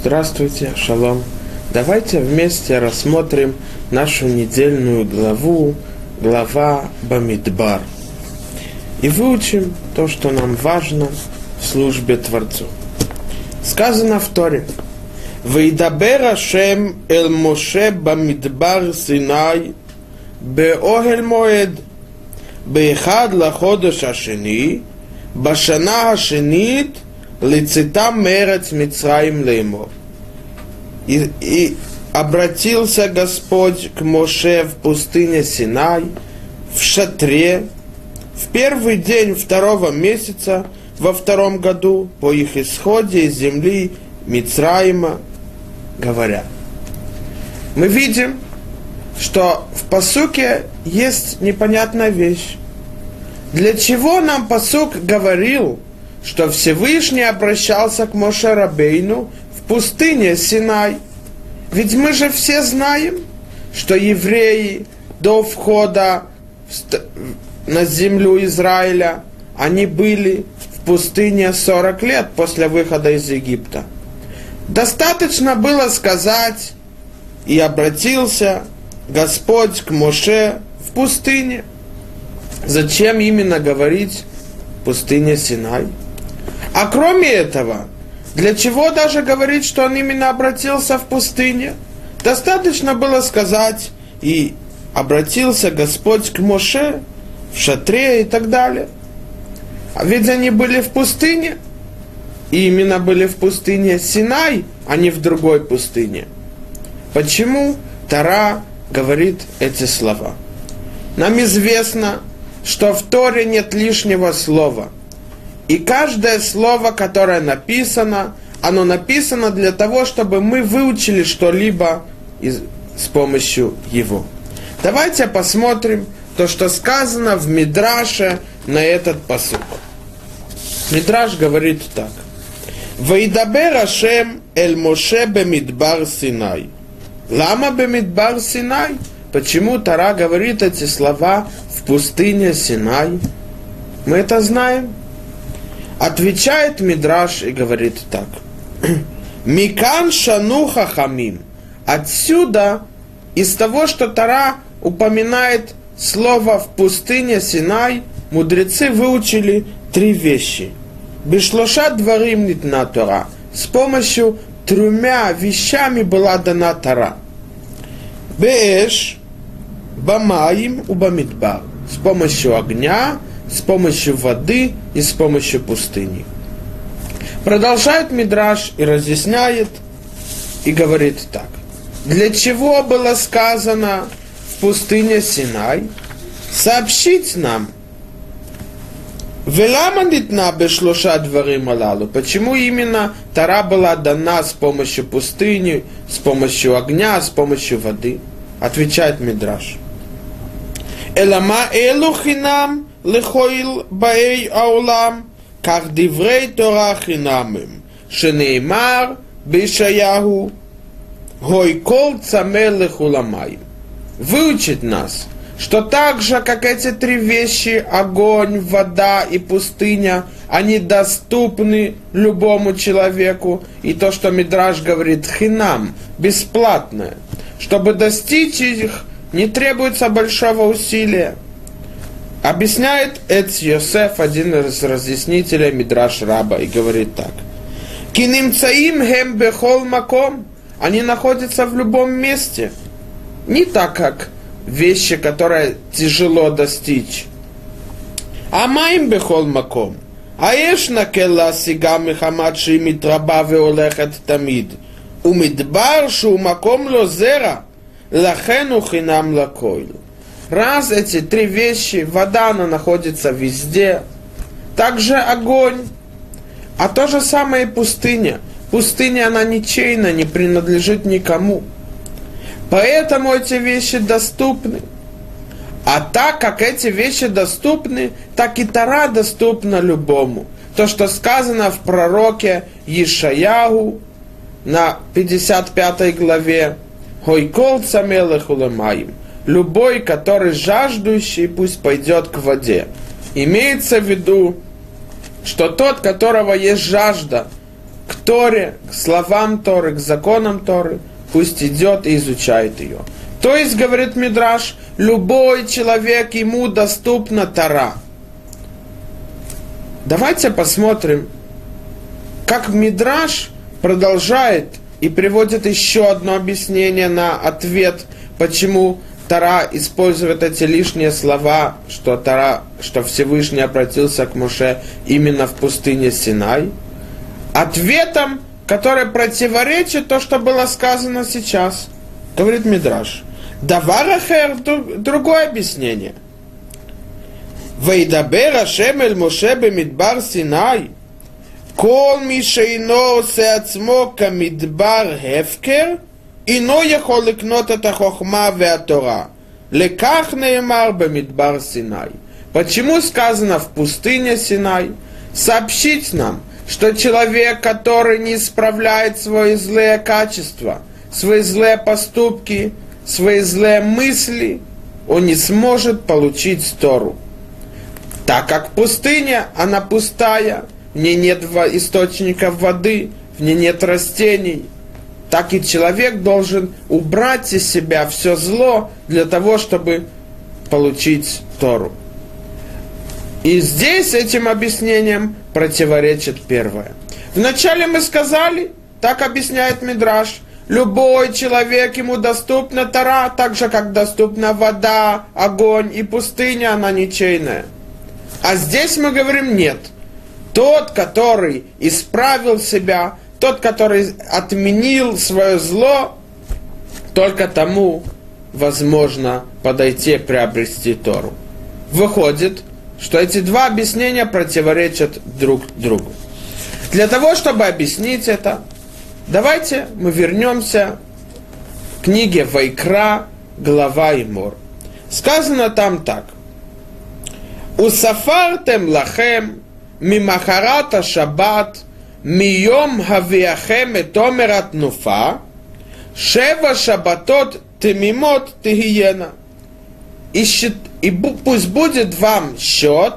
Здравствуйте, шалом. Давайте вместе рассмотрим нашу недельную главу, глава Бамидбар. И выучим то, что нам важно в службе Творцу. Сказано в Торе: «Вейдабер Ашем эль Моше Бамидбар Синай беохель моед беэхад лаходеш ашени башана ашенит лицетам мерец Мицраим леймор». И обратился Господь к Моше в пустыне Синай, в шатре, в первый день второго месяца, во втором году, по их исходе из земли Мицраима, говоря. Мы видим, что в пасуке есть непонятная вещь. Для чего нам пасук говорил, что Всевышний обращался к Моше Рабейну в пустыне Синай? Ведь мы же все знаем, что евреи до входа на землю Израиля, они были в пустыне 40 лет после выхода из Египта. Достаточно было сказать: «И обратился Господь к Моше в пустыне». Зачем именно говорить «пустыня Синай»? А кроме этого, для чего даже говорить, что он именно обратился в пустыне? Достаточно было сказать: «И обратился Господь к Моше в шатре» и так далее. А ведь они были в пустыне, и именно были в пустыне Синай, а не в другой пустыне. Почему Тора говорит эти слова? Нам известно, что в Торе нет лишнего слова. И каждое слово, которое написано, оно написано для того, чтобы мы выучили что-либо с помощью его. Давайте посмотрим то, что сказано в Мидраше на этот пасук. Мидраш говорит так: «Вейдабер Ашем эль Моше бемидбар Синай». Лама бемидбар Синай? Почему Тора говорит эти слова в пустыне Синай? Мы это знаем. Отвечает Мидраш и говорит так: «Микан шану хахамим». Отсюда, из того, что Тора упоминает слово в пустыне Синай, мудрецы выучили три вещи. Бишлоша дварим нитна Тора. С помощью тремя вещами была дана Тора. Беэш, бамаим, убамидбар. С помощью огня, с помощью воды и с помощью пустыни. Продолжает Мидраш и разъясняет, и говорит так: для чего было сказано в пустыне Синай? Сообщить нам. Почему именно Тора была дана с помощью пустыни, с помощью огня, с помощью воды? Отвечает Мидраш: Элама элухинам лехоил баэй аулам, как диврей Тора хинамим, шенеймар бишаяху, гойкол цамел лехуламай. Выучит нас, что так же, как эти три вещи, огонь, вода и пустыня, они доступны любому человеку, и то, что Мидраш говорит хинам, бесплатное. Чтобы достичь их, не требуется большого усилия. Объясняет Эц Йосеф, один из разъяснителей Мидраш Раба, и говорит так: «Кинимцаим хем бехол маком». Они находятся в любом месте. Не так, как вещи, которые тяжело достичь. А маим бехол маком. А ешна келла сига михамад ши митраба веолехет тамид. Умидбар шу маком лозера. Лахену хинам лакойлу. Раз эти три вещи, вода, она находится везде, также огонь, а то же самое и пустыня. Пустыня, она ничейна, не принадлежит никому. Поэтому эти вещи доступны. А так как эти вещи доступны, так и Тора доступна любому. То, что сказано в пророке Ишаяху на 55 главе: «Гойкол цамел лехулемаим». Любой, который жаждущий, пусть пойдет к воде. Имеется в виду, что тот, которого есть жажда, к Торе, к словам Торы, к законам Торы, пусть идет и изучает ее. То есть, говорит Мидраш, любой человек, ему доступна Тора. Давайте посмотрим, как Мидраш продолжает и приводит еще одно объяснение на ответ, почему Тора использует эти лишние слова, что Всевышний обратился к Моше именно в пустыне Синай. Ответом, который противоречит то, что было сказано сейчас, говорит Мидраш. Давар ахер, другое объяснение. Вейдабер Ашем эль Моше бемидбар Синай. Кол ми шейно осе ацмо камидбар хефкер, ино יכול לקנות את החוכמה והתורה. לכך נאמר במדבר Синай. Почему сказано в пустыне Синай? Сообщить нам, что человек, который не исправляет свои злые качества, свои злые поступки, свои злые мысли, он не сможет получить Тору. Так как пустыня, она пустая, в ней нет источников воды, в ней нет растений, так и человек должен убрать из себя все зло для того, чтобы получить Тору. И здесь этим объяснением противоречит первое. Вначале мы сказали, так объясняет Мидраш, любой человек, ему доступна Тора, так же, как доступна вода, огонь и пустыня, она ничейная. А здесь мы говорим нет. Тот, который исправил себя, тот, который отменил свое зло, только тому возможно подойти, приобрести Тору. Выходит, что эти два объяснения противоречат друг другу. Для того, чтобы объяснить это, давайте мы вернемся к книге Вайкра, глава Имор. Сказано там так. «Усафартем лахем мимахарата шаббат мием хавиахем эт омер атнуфа шева шаббатот темимот тегиена». И пусть будет вам счет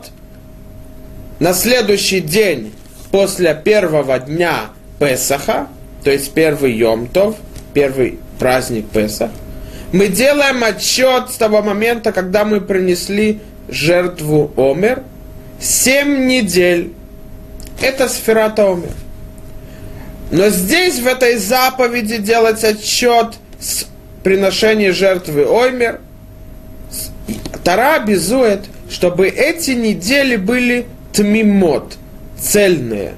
на следующий день после первого дня Песаха, то есть первый Йом-Тов, первый праздник Песах. Мы делаем отсчет с того момента, когда мы принесли жертву Омер, 7 недель. Это сферат Омер. Но здесь, в этой заповеди, делать отсчет с приношения жертвы Омер, Тора обязует, чтобы эти недели были тмимот, цельные.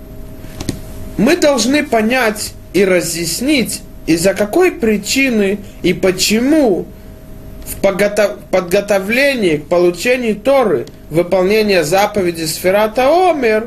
Мы должны понять и разъяснить, из-за какой причины и почему в подготовлении к получению Торы, выполнения заповеди сферата Омер,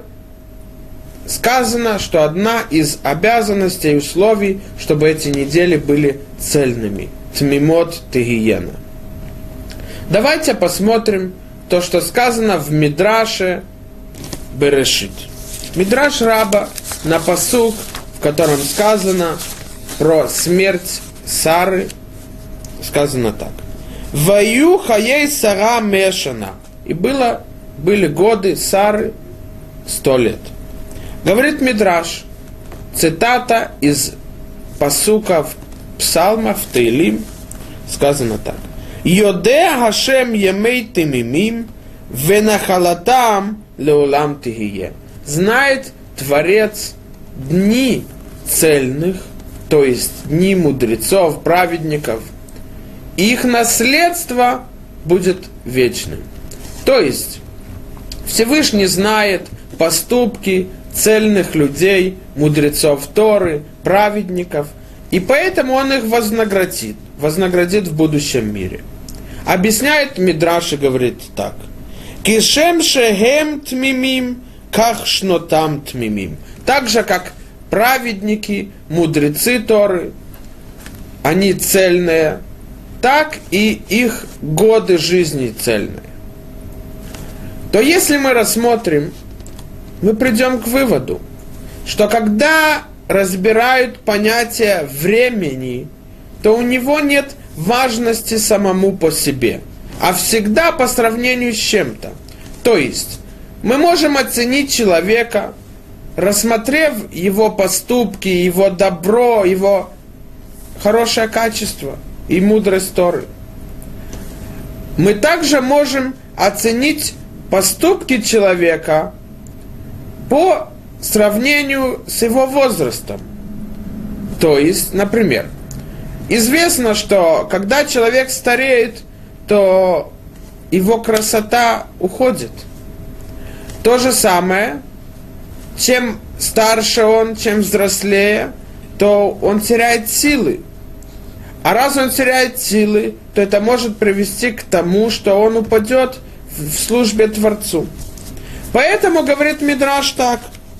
сказано, что одна из обязанностей и условий, чтобы эти недели были цельными. Тмимот тегиена. Давайте посмотрим то, что сказано в Мидраше Берешит. Мидраш Раба на пасук, в котором сказано про смерть Сары, сказано так. Ваю хаей Сара мешана. И были годы Сары 100 лет. Говорит Мидраш, цитата из пасуков псалмов Теилим, сказано так. Йоде Хашем емей тимимим венахалатам леулам тихие. Знает Творец дни цельных, то есть дни мудрецов, праведников, и их наследство будет вечным. То есть Всевышний знает поступки цельных людей, мудрецов Торы, праведников, и поэтому он их вознаградит в будущем мире. Объясняет Мидраш и говорит так. Кишем шехем тмимим, ках шнотам тмимим. Так же, как праведники, мудрецы Торы, они цельные, так и их годы жизни цельные. То если мы рассмотрим, мы придем к выводу, что когда разбирают понятие времени, то у него нет важности самому по себе, а всегда по сравнению с чем-то. То есть, мы можем оценить человека рассмотрев его поступки, его добро, его хорошее качество и мудрость Торы, мы также можем оценить поступки человека по сравнению с его возрастом. То есть, например, известно, что когда человек стареет, то его красота уходит. То же самое, чем старше он, чем взрослее, то он теряет силы. А раз он теряет силы, то это может привести к тому, что он упадет в службе Творцу. Поэтому говорит Мидраш так.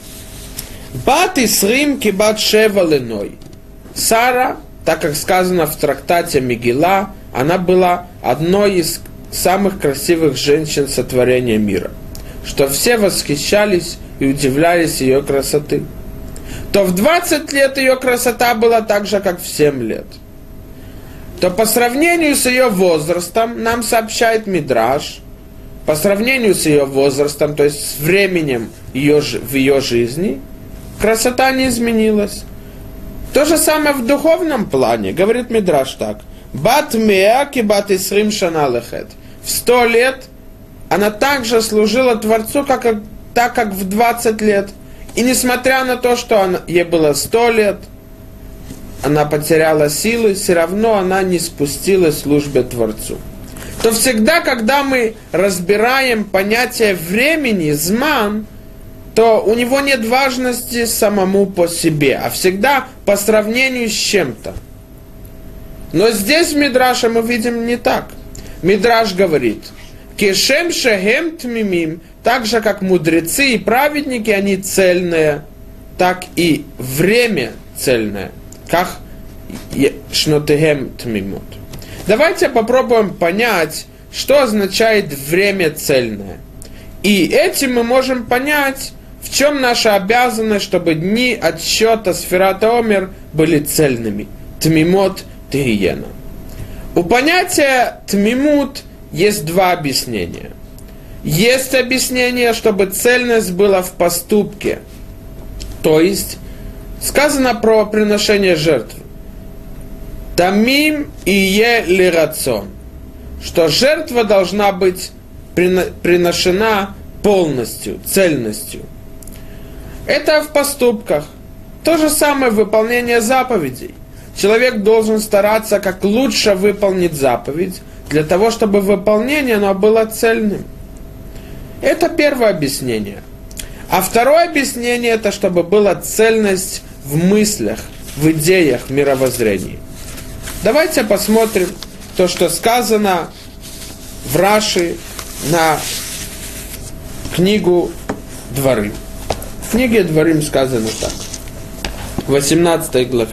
Бат Исрим ки бат Шева леной. Сара, так как сказано в трактате Мегила, она была одной из самых красивых женщин сотворения мира, что все восхищались и удивлялись ее красоты. То в 20 лет ее красота была так же, как в 7 лет. То по сравнению с ее возрастом, нам сообщает Мидраш, по сравнению с ее возрастом, то есть с временем в ее жизни, красота не изменилась. То же самое в духовном плане, говорит Мидраш так. Бат меа ки бат исрим шана лехет. В 100 лет она также служила Творцу, так как в 20 лет. И несмотря на то, что ей было 100 лет, она потеряла силы, все равно она не спустилась в службе Творцу. То всегда, когда мы разбираем понятие времени, зман, то у него нет важности самому по себе, а всегда по сравнению с чем-то. Но здесь в Мидраше мы видим не так. Мидраш говорит, «Кешем шехем тмимим», так же, как мудрецы и праведники, они цельные, так и время цельное, как шнотехем тмимут. Давайте попробуем понять, что означает время цельное. И этим мы можем понять, в чем наша обязанность, чтобы дни отсчета Сфират ха-Омер были цельными. Тмимот тегиена. У понятия тмимут есть два объяснения. Есть объяснение, чтобы цельность была в поступке. То есть, сказано про приношение жертв. Тамим ие лирацон. Что жертва должна быть приношена полностью, цельностью. Это в поступках. То же самое выполнение заповедей. Человек должен стараться как лучше выполнить заповедь, для того, чтобы выполнение оно было цельным. Это первое объяснение. А второе объяснение, это чтобы была цельность в мыслях, в идеях, в мировоззрении. Давайте посмотрим то, что сказано в Раши на книгу Дворим. В книге Дворим сказано так. В 18 главе.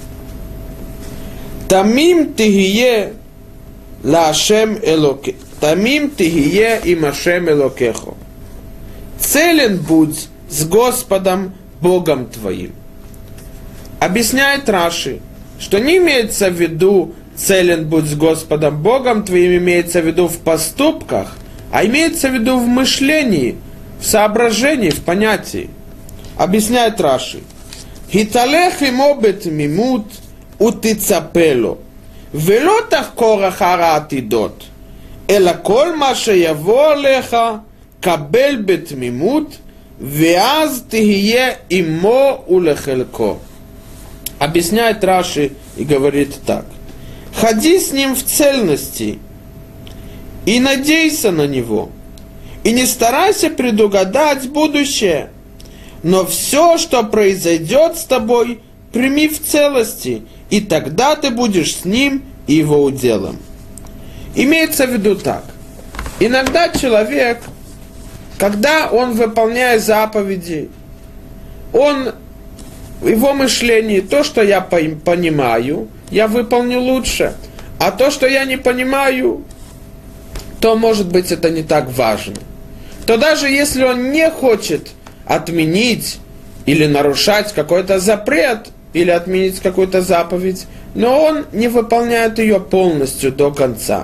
Тамим тихие лашем элоке. Тамим тихие им Ашем элокехо. Целен будь с Господом Богом твоим. Объясняет Раши, что не имеется в виду целен будь с Господом Богом твоим, имеется в виду в поступках, а имеется в виду в мышлении, в соображении, в понятии. Объясняет Раши. Хиталех имо бетмимут утицапело. Вело тахкор ахара атидот. Эла кол ма шеяво алеха кабель бетмимут веаз тихие имо улехелко. Объясняет Раши и говорит так. Ходи с ним в цельности и надейся на него. И не старайся предугадать будущее. Но все, что произойдет с тобой, прими в целости, и тогда ты будешь с ним и его уделом. Имеется в виду так. Иногда человек, когда он выполняет заповеди, его мышление, то, что я понимаю, я выполню лучше. А то, что я не понимаю, то, может быть, это не так важно. То даже если он не хочет отменить или нарушать какой-то запрет, или отменить какую-то заповедь, но он не выполняет ее полностью до конца.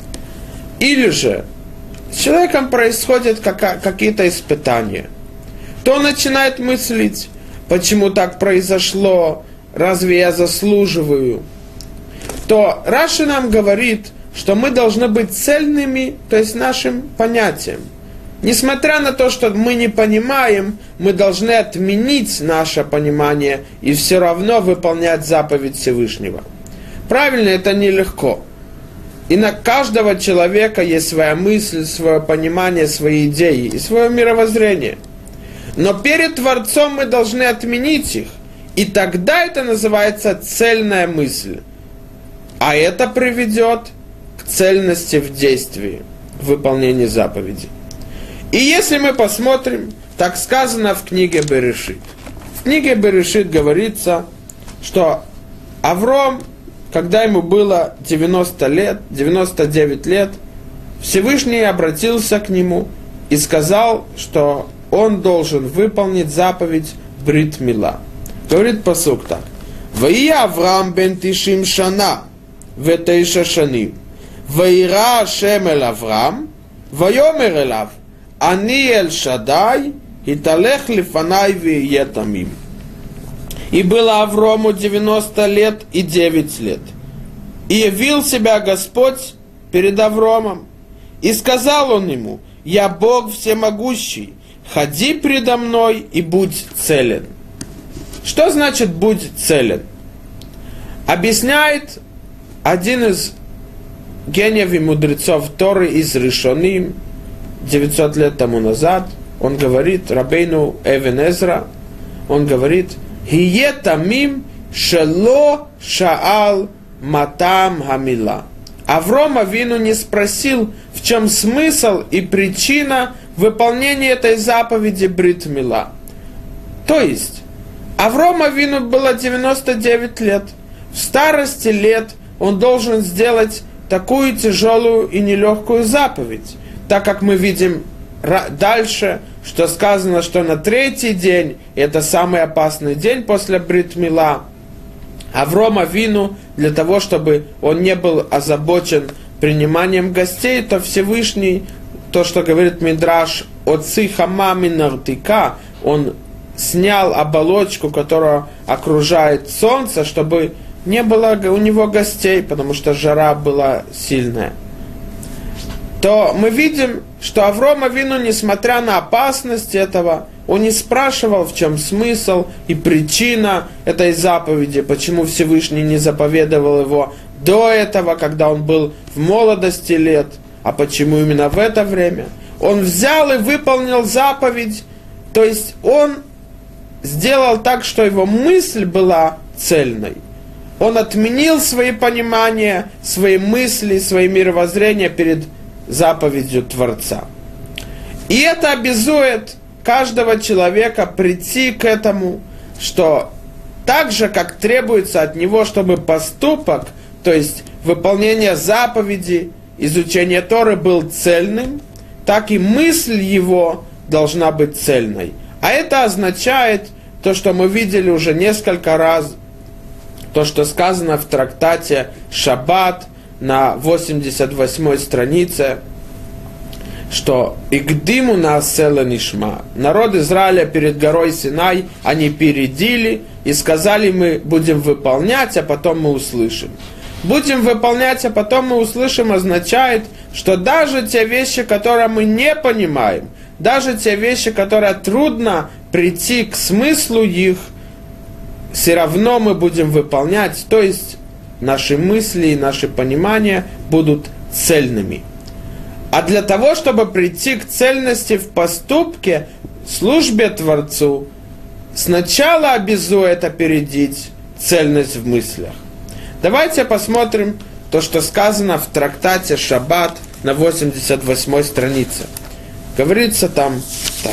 Или же с человеком происходят какие-то испытания. то начинает мыслить, почему так произошло, разве я заслуживаю, то Раши нам говорит, что мы должны быть цельными, то есть нашим понятием. Несмотря на то, что мы не понимаем, мы должны отменить наше понимание и все равно выполнять заповедь Всевышнего. Правильно, это нелегко. И на каждого человека есть своя мысль, свое понимание, свои идеи и свое мировоззрение. Но перед Творцом мы должны отменить их. И тогда это называется цельная мысль. А это приведет к цельности в действии, в выполнении заповедей. И если мы посмотрим, так сказано в книге Берешит. В книге Берешит говорится, что Авром, когда ему было 99 лет, Всевышний обратился к нему и сказал, что он должен выполнить заповедь Брит Мила. Говорит пасук так. «Ваия Авраам бен тишим шана, ветейша шаним, ваира Ашем эль Авраам, вайомер элав, Ани эль Шадай, италех лифанай вие тамим». И было Аврому 90 лет и 9 лет. И явил себя Господь перед Авромом. И сказал он ему: «Я Бог всемогущий, ходи предо мной и будь целен». Что значит «будь целен»? Объясняет один из гениев и мудрецов Торы из Ришоним 900 лет тому назад. Он говорит, Рабейну Эвен Эзра, он говорит: «Хие тамим шело шаал матам хамила». Авром Авину не спросил, в чем смысл и причина выполнения этой заповеди Брит Мила. То есть, Авром Авину было 99 лет. В старости лет он должен сделать такую тяжелую и нелегкую заповедь, так как мы видим дальше, что сказано, что на третий день, это самый опасный день после Брит Мила, Авром Авину, для того, чтобы он не был озабочен приниманием гостей, то Всевышний, то, что говорит Мидраш, «Отцы хама минартика», он снял оболочку, которая окружает солнце, чтобы не было у него гостей, потому что жара была сильная. То мы видим, что Авром Авину, несмотря на опасность этого, он не спрашивал, в чем смысл и причина этой заповеди, почему Всевышний не заповедовал его до этого, когда он был в молодости лет, а почему именно в это время. Он взял и выполнил заповедь, то есть он сделал так, что его мысль была цельной. Он отменил свои понимания, свои мысли, свои мировоззрения перед заповедью Творца. И это обязует каждого человека прийти к этому, что так же, как требуется от него, чтобы поступок, то есть выполнение заповеди, изучение Торы был цельным, так и мысль его должна быть цельной. А это означает то, что мы видели уже несколько раз, то, что сказано в трактате «Шаббат» на 88 странице, что «Игдиму наасела нишма». Народ Израиля перед горой Синай, они передили и сказали: мы будем выполнять, а потом мы услышим. Будем выполнять, а потом мы услышим означает, что даже те вещи, которые мы не понимаем, даже те вещи, которые трудно прийти к смыслу их, все равно мы будем выполнять, то есть наши мысли и наши понимания будут цельными. А для того, чтобы прийти к цельности в поступке, службе Творцу, сначала обязует опередить цельность в мыслях. Давайте посмотрим то, что сказано в трактате «Шаббат» на 88 странице. Говорится там так.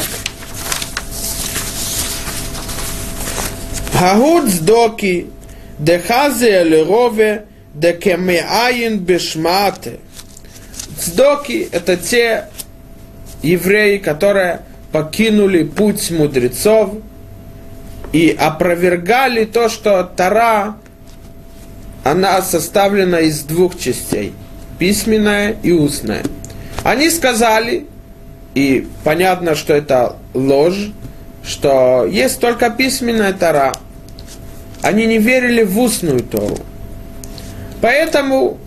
Хагуд сдоки, дехазе элерове, декемеаин бешмате. Цдоки – это те евреи, которые покинули путь мудрецов и опровергали то, что Тора, она составлена из двух частей – письменная и устная. Они сказали, и понятно, что это ложь, что есть только письменная Тора. Они не верили в устную Тору. Поэтому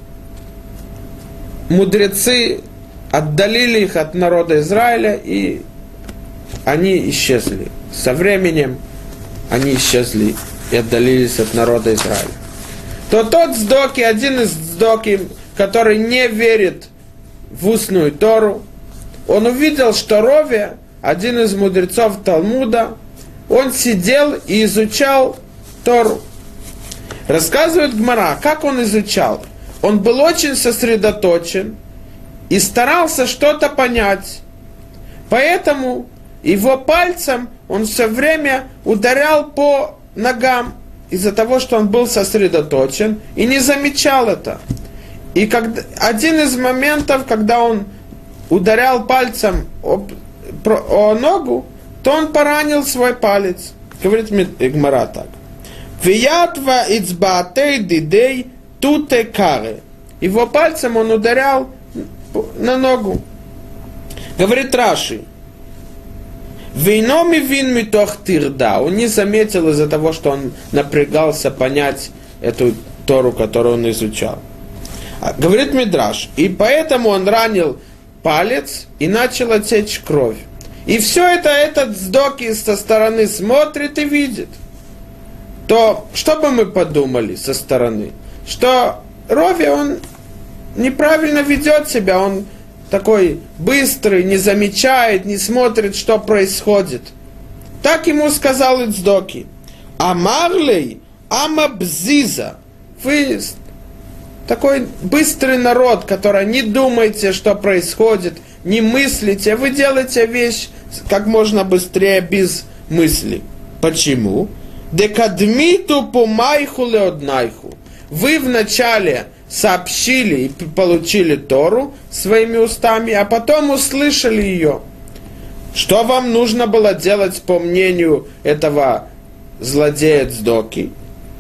мудрецы отдалили их от народа Израиля, и они исчезли. Со временем они исчезли и отдалились от народа Израиля. То тот Цдоки, один из Цдоки, который не верит в устную Тору, он увидел, что Рове, один из мудрецов Талмуда, он сидел и изучал Тору. Рассказывает Гмара, как он изучал. Он был очень сосредоточен и старался что-то понять. Поэтому его пальцем он все время ударял по ногам, из-за того, что он был сосредоточен и не замечал это. И когда, один из моментов, когда он ударял пальцем о ногу, то он поранил свой палец. Говорит Гмара так. «Виятва ицбаатей дидей туте каре». Его пальцем он ударял на ногу. Говорит Раши. «Вейноми вин митох тирда». Он не заметил из-за того, что он напрягался понять эту Тору, которую он изучал. Говорит Мидраш. И поэтому он ранил палец и начала течь кровь. И все это этот Цдоки со стороны смотрит и видит. То что бы мы подумали со стороны? Что Рове, он неправильно ведет себя, он такой быстрый, не замечает, не смотрит, что происходит. Так ему сказал Цдоки. Амарлей амабзиза. Вы такой быстрый народ, который не думаете, что происходит, не мыслите, вы делаете вещь как можно быстрее, без мысли. Почему? Декадмиту помайху леоднайху. Вы вначале сообщили и получили Тору своими устами, а потом услышали ее. Что вам нужно было делать по мнению этого злодея Цдоки?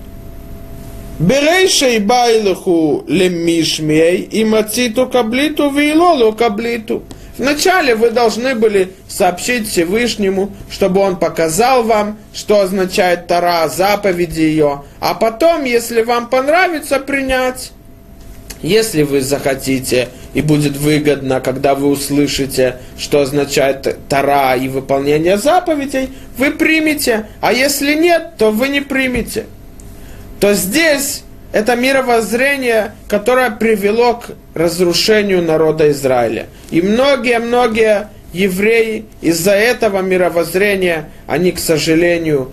Берейшей байлуху лемишмей и мациту каблиту вейлолу каблиту. Вначале вы должны были сообщить Всевышнему, чтобы он показал вам, что означает Тора, заповеди ее, а потом, если вам понравится, принять. Если вы захотите и будет выгодно, когда вы услышите, что означает Тора и выполнение заповедей, вы примете, а если нет, то вы не примете. То здесь это мировоззрение, которое привело к разрушению народа Израиля. И многие евреи из-за этого мировоззрения, они, к сожалению,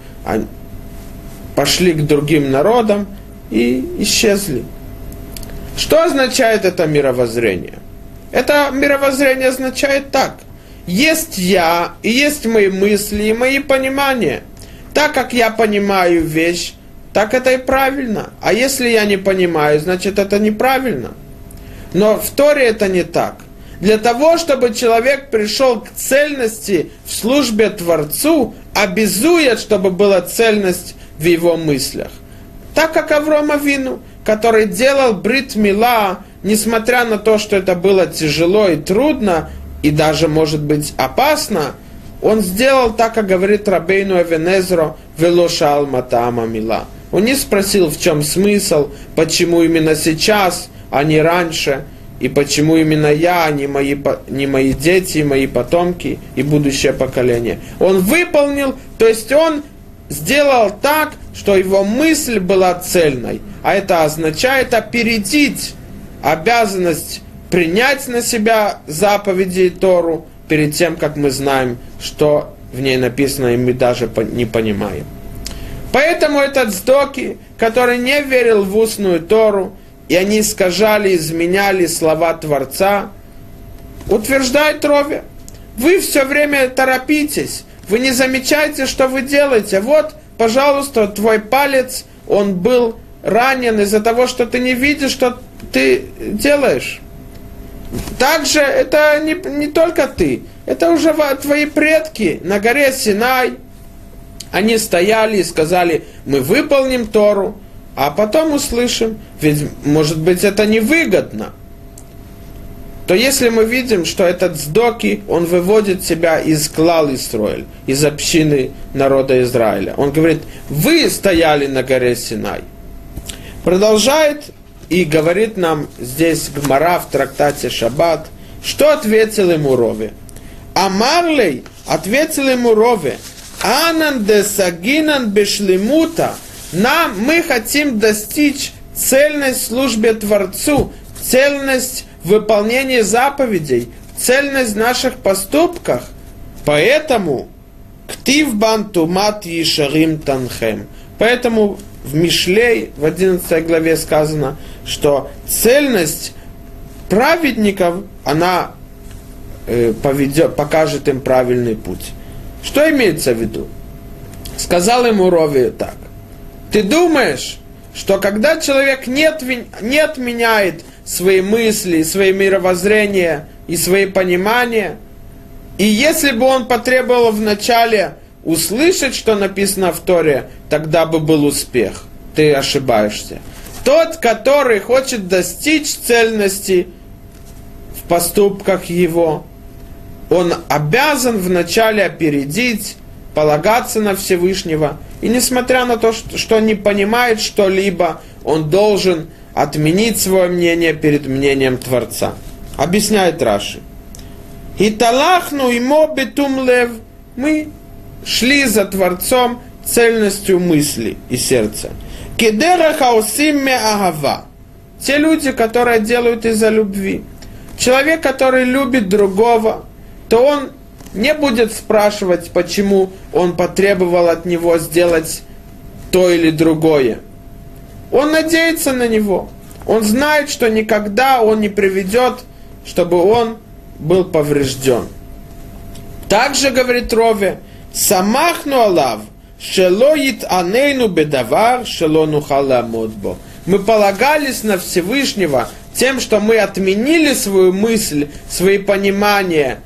пошли к другим народам и исчезли. Что означает это мировоззрение? Это мировоззрение означает так. Есть я, и есть мои мысли, и мои понимания. Так как я понимаю вещь, так это и правильно. А если я не понимаю, значит это неправильно. Но в Торе это не так. Для того, чтобы человек пришел к цельности в службе Творцу, обязует, чтобы была цельность в его мыслях. Так как Авраам Авину, который делал брит мила, несмотря на то, что это было тяжело и трудно, и даже, может быть, опасно, он сделал так, как говорит Рабейну Эвенезро, «Вело шаал матаама мила». Он не спросил, в чем смысл, почему именно сейчас, а не раньше, и почему именно я, а не мои дети, мои потомки и будущее поколение. Он выполнил, то есть он сделал так, что его мысль была цельной. А это означает опередить обязанность принять на себя заповеди и Тору перед тем, как мы знаем, что в ней написано, и мы даже не понимаем. Поэтому этот Цдоки, который не верил в устную Тору, и они искажали, изменяли слова Творца, утверждает Рове: вы все время торопитесь, вы не замечаете, что вы делаете. Вот, пожалуйста, твой палец, он был ранен из-за того, что ты не видишь, что ты делаешь. Также это не только ты, это уже твои предки на горе Синай. Они стояли и сказали: мы выполним Тору, а потом услышим. Ведь, может быть, это невыгодно. то если мы видим, что этот Сдоки, он выводит себя из Клал Исроэль, из общины народа Израиля. Он говорит, вы стояли на горе Синай. Продолжает и говорит нам здесь Гмара в трактате Шаббат, что ответил ему Рове. Амарлей, ответил ему Рове, Анан де Сагинан Бешлемута, мы хотим достичь цельность в службе Творцу, цельность в выполнении заповедей, цельность в наших поступках. Поэтому Ктив бан тумат ешарим танхем. Поэтому в Мишлей, в 11 главе сказано, что цельность праведников, она покажет им правильный путь. Что имеется в виду? Сказал ему Рове так. Ты думаешь, что когда человек не отменяет свои мысли, свои мировоззрения и свои понимания, и если бы он потребовал вначале услышать, что написано в Торе, тогда бы был успех. Ты ошибаешься. Тот, который хочет достичь цельности в поступках его, он обязан вначале опередить, полагаться на Всевышнего. И несмотря на то, что не понимает что-либо, он должен отменить свое мнение перед мнением Творца. Объясняет Раши. «Италахну имо бетум лев». Мы шли за Творцом цельностью мысли и сердца. «Кедера хаусим ме агава». Те люди, которые делают из-за любви. Человек, который любит другого, то он не будет спрашивать, почему он потребовал от него сделать то или другое. Он надеется на него. Он знает, что никогда он не приведет, чтобы он был поврежден. Также, говорит Рове, «Самахну алав, шело ит-анейну бедавар, шело нухал ламод бо». Мы полагались на Всевышнего тем, что мы отменили свою мысль, свои понимания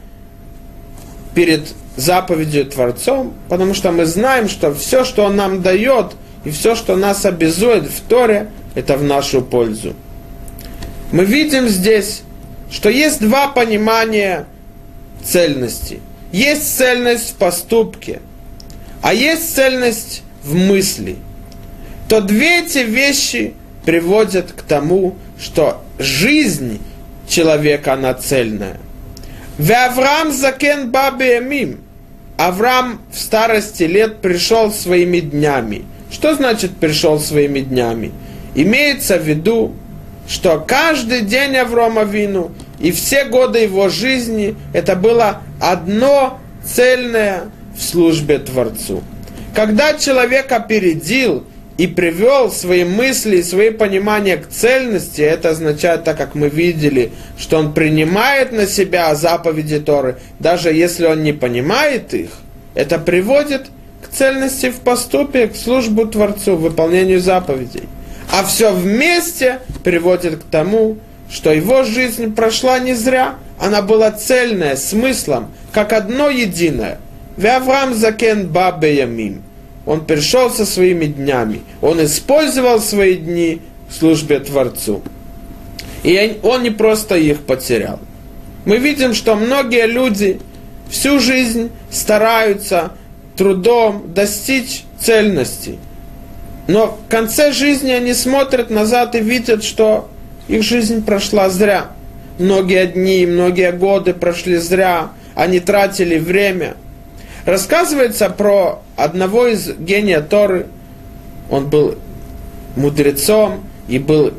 перед заповедью Творцом, потому что мы знаем, что все, что Он нам дает, и все, что нас обязует в Торе, это в нашу пользу. Мы видим здесь, что есть два понимания цельности. Есть цельность в поступке, а есть цельность в мысли. То две эти вещи приводят к тому, что жизнь человека, она цельная. Авраам закен бабеямим. Авраам в старости лет пришел своими днями. Что значит пришел своими днями? Имеется в виду, что каждый день Авраама Авину и все годы его жизни это было одно цельное в службе Творцу. Когда человек опередил и привел свои мысли и свои понимания к цельности, это означает, так как мы видели, что он принимает на себя заповеди Торы, даже если он не понимает их, это приводит к цельности в поступе, к службу Творцу, к выполнению заповедей. А все вместе приводит к тому, что его жизнь прошла не зря, она была цельная, смыслом, как одно единое. Авраам закен бабеямим. Он пришел со своими днями. Он использовал свои дни в службе Творцу. И он не просто их потерял. Мы видим, что многие люди всю жизнь стараются трудом достичь цельности. Но в конце жизни они смотрят назад и видят, что их жизнь прошла зря. Многие дни, многие годы прошли зря. Они тратили время. Рассказывается про одного из гения Торы. Он был мудрецом и был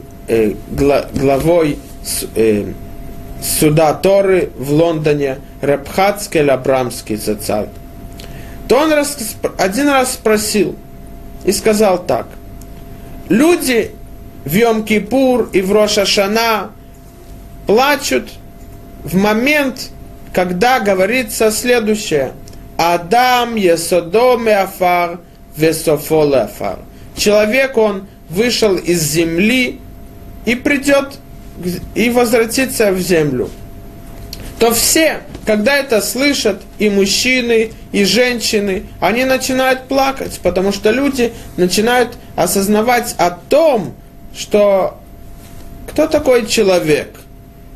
главой суда Торы в Лондоне, Реб Хацкель Абрамский зацал. То он один раз спросил и сказал так. Люди в Йом-Кипур и в Рош-ха-Шана плачут в момент, когда говорится следующее. Адам есодо меафар весофо леафар. Человек, он вышел из земли и придет и возвратится в землю. То все, когда это слышат, и мужчины, и женщины, они начинают плакать, потому что люди начинают осознавать о том, что кто такой человек.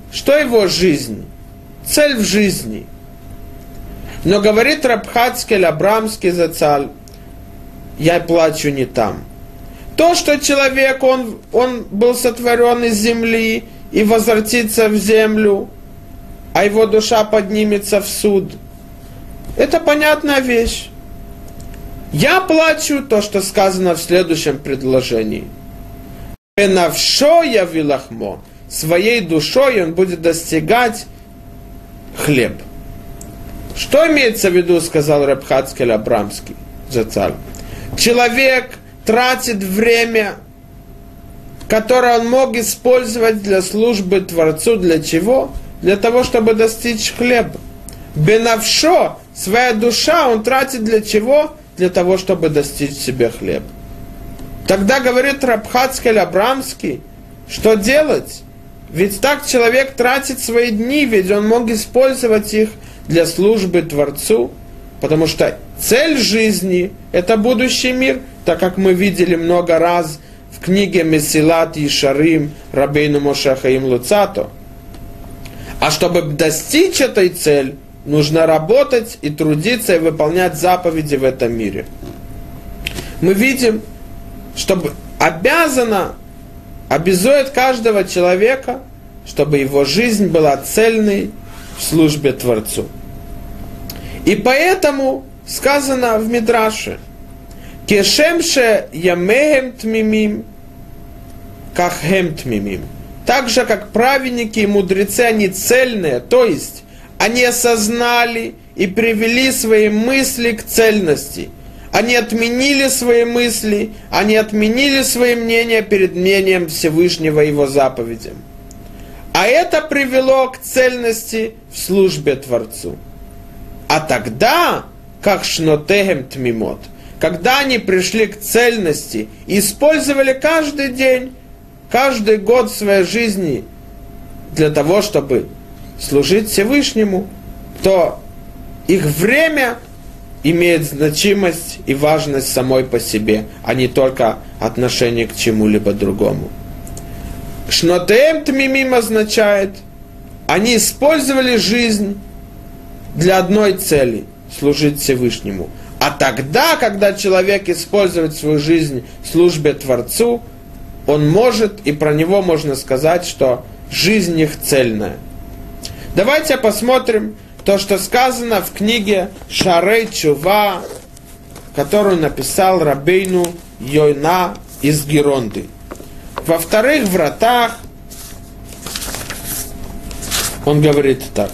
Что его жизнь? Цель в жизни. Но говорит Раб Хацкель Абрамский зацаль, я плачу не там. То, что человек, он был сотворен из земли и возвратится в землю, а его душа поднимется в суд, это понятная вещь. Я плачу то, что сказано в следующем предложении. «Бенавшо явилахмо». Своей душой он будет достигать хлеб. Что имеется в виду, сказал Раб Хацкель Абрамский зацаль? Человек тратит время, которое он мог использовать для службы Творцу. Для чего? Для того, чтобы достичь хлеба. Бенавшо, своя душа, он тратит для чего? Для того, чтобы достичь себе хлеб. Тогда говорит Раб Хацкель Абрамский, что делать? Ведь так человек тратит свои дни, ведь он мог использовать их для службы Творцу, потому что цель жизни – это будущий мир, так как мы видели много раз в книге Месилат Ешарим Рабейну Моше Хаим Луцато. А чтобы достичь этой цели, нужно работать и трудиться и выполнять заповеди в этом мире. Мы видим, что обязует каждого человека, чтобы его жизнь была цельной в службе Творцу. И поэтому сказано в Мидраше: «Кешемше ямехем тмимим, кахем тмимим». Так же, как праведники и мудрецы, они цельные, то есть они осознали и привели свои мысли к цельности. Они отменили свои мысли, они отменили свои мнения перед мнением Всевышнего и его заповедям. А это привело к цельности в службе Творцу. А тогда, как шнотехем тмимот, когда они пришли к цельности и использовали каждый день, каждый год своей жизни для того, чтобы служить Всевышнему, то их время имеет значимость и важность самой по себе, а не только отношение к чему-либо другому. Шнотеем тмимим означает, они использовали жизнь для одной цели – служить Всевышнему. А тогда, когда человек использует свою жизнь в службе Творцу, он может, и про него можно сказать, что жизнь их цельная. Давайте посмотрим то, что сказано в книге Шарей Чува, которую написал Рабейну Йойна из Геронды. Во вторых вратах он говорит так.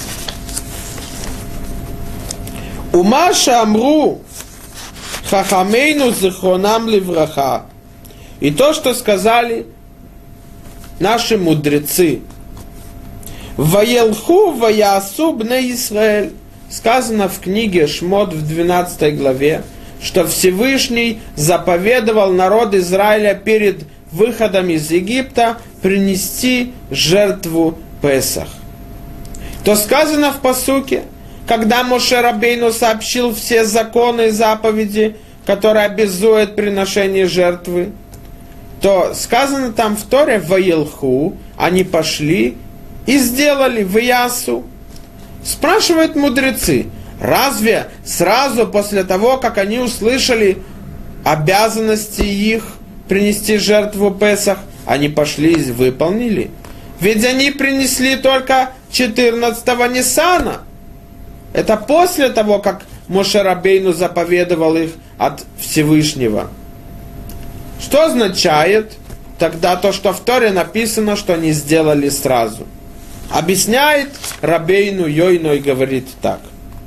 Умаша амру хахамейну зихронам ливраха. И то, что сказали наши мудрецы, «Ваелху ваясу бне Исраэль». Сказано в книге Шмот в 12 главе, что Всевышний заповедовал народ Израиля перед выходом из Египта принести жертву Песах. То сказано в пасуке, когда Моше Рабейну сообщил все законы и заповеди, которые обязуют приношение жертвы, то сказано там в Торе «Ваелху», они пошли и сделали «Ваясу». Спрашивают мудрецы, разве сразу после того, как они услышали обязанности их принести жертву Песах, они пошли и выполнили? Ведь они принесли только 14-го Ниссана. Это после того, как Моше Рабейну заповедовал их от Всевышнего. Что означает тогда то, что в Торе написано, что они сделали сразу? Объясняет Рабейну Йойно и говорит так.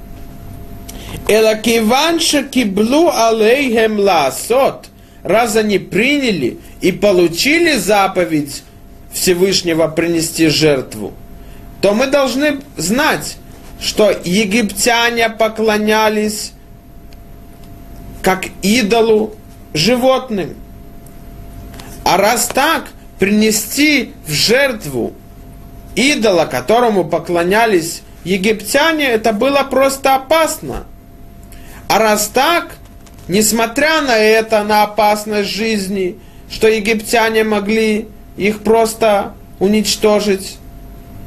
Элакиванша киблу алейхем лаасот. Раз они приняли и получили заповедь Всевышнего принести жертву, то мы должны знать, что египтяне поклонялись как идолу животным. А раз так, принести в жертву идола, которому поклонялись египтяне, это было просто опасно. А раз так, несмотря на это, на опасность жизни, что египтяне могли их просто уничтожить,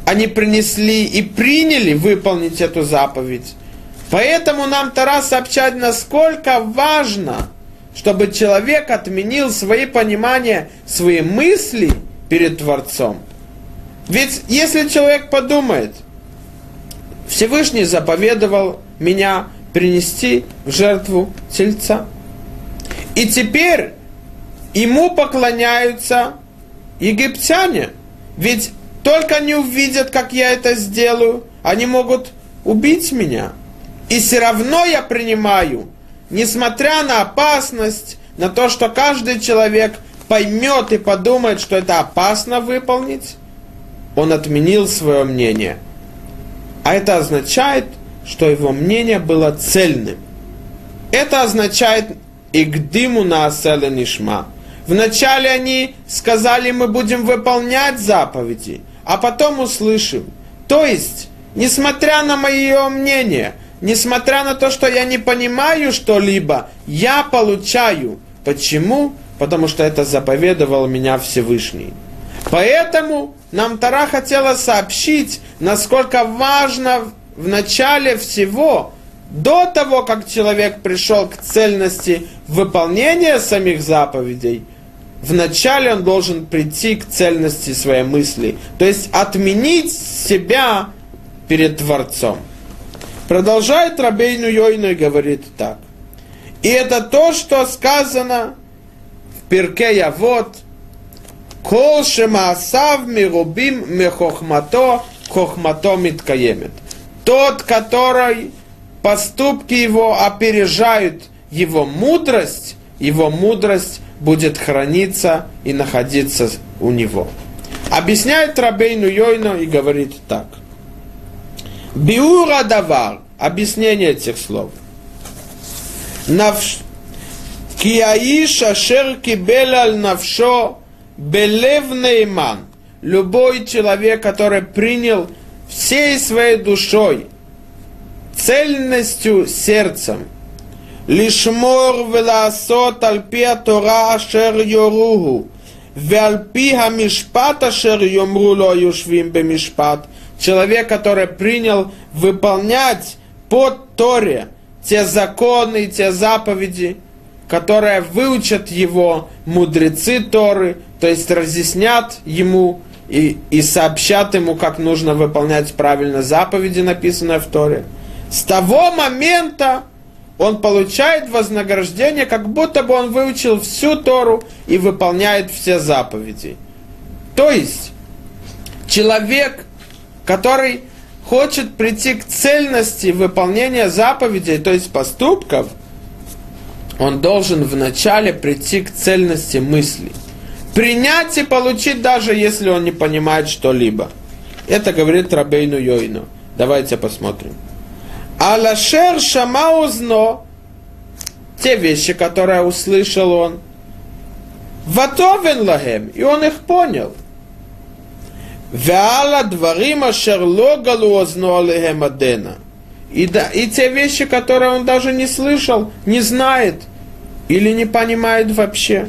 они принесли и приняли выполнить эту заповедь. Поэтому нам Тора сообщает, насколько важно, чтобы человек отменил свои понимания, свои мысли перед Творцом. Ведь если человек подумает, Всевышний заповедовал меня принести в жертву тельца, и теперь ему поклоняются египтяне, ведь только они увидят, как я это сделаю, они могут убить меня. И все равно я принимаю, несмотря на опасность, на то, что каждый человек поймет и подумает, что это опасно выполнить, он отменил свое мнение. А это означает, что его мнение было цельным. Это означает «игдиму наасе нишма». Вначале они сказали, мы будем выполнять заповеди, а потом услышим. То есть, несмотря на мое мнение, несмотря на то, что я не понимаю что-либо, я получаю. Почему? Потому что это заповедовал меня Всевышний. Поэтому нам Тора хотела сообщить, насколько важно в начале всего, до того, как человек пришел к цельности выполнения самих заповедей, вначале он должен прийти к цельности своей мысли, то есть отменить себя перед Творцом. Продолжает Рабейну Йойну и говорит так. И это то, что сказано в Пиркей Авот: «Кол шемаасав мирубим мехохмато, хохмато миткаемет». Тот, который поступки его опережают его мудрость будет храниться и находиться у него. Объясняет Рабейну Йойну и говорит так. Биура давар, объяснение этих слов. Кияиш ашер кибел аль навшо белев нейман. Любой человек, который принял всей своей душой, цельностью сердцем, лишмор веласот альпи атора ашер йоругу, вальпи хамишпат ашер йомру ло юшвим бемишпат. Человек, который принял выполнять по Торе те законы, те заповеди, которые выучат его мудрецы Торы, то есть разъяснят ему и сообщат ему, как нужно выполнять правильно заповеди, написанные в Торе. С того момента он получает вознаграждение, как будто бы он выучил всю Тору и выполняет все заповеди. То есть человек, который хочет прийти к цельности выполнения заповедей, то есть поступков, он должен вначале прийти к цельности мыслей. Принять и получить, даже если он не понимает что-либо. Это говорит Рабейну Йойну. Давайте посмотрим. Алашер шамаузно, те вещи, которые услышал он, ватовен лагем, и он их понял. Веала дварима шерлогалу озно алехем адена. И те вещи, которые он даже не слышал, не знает или не понимает вообще.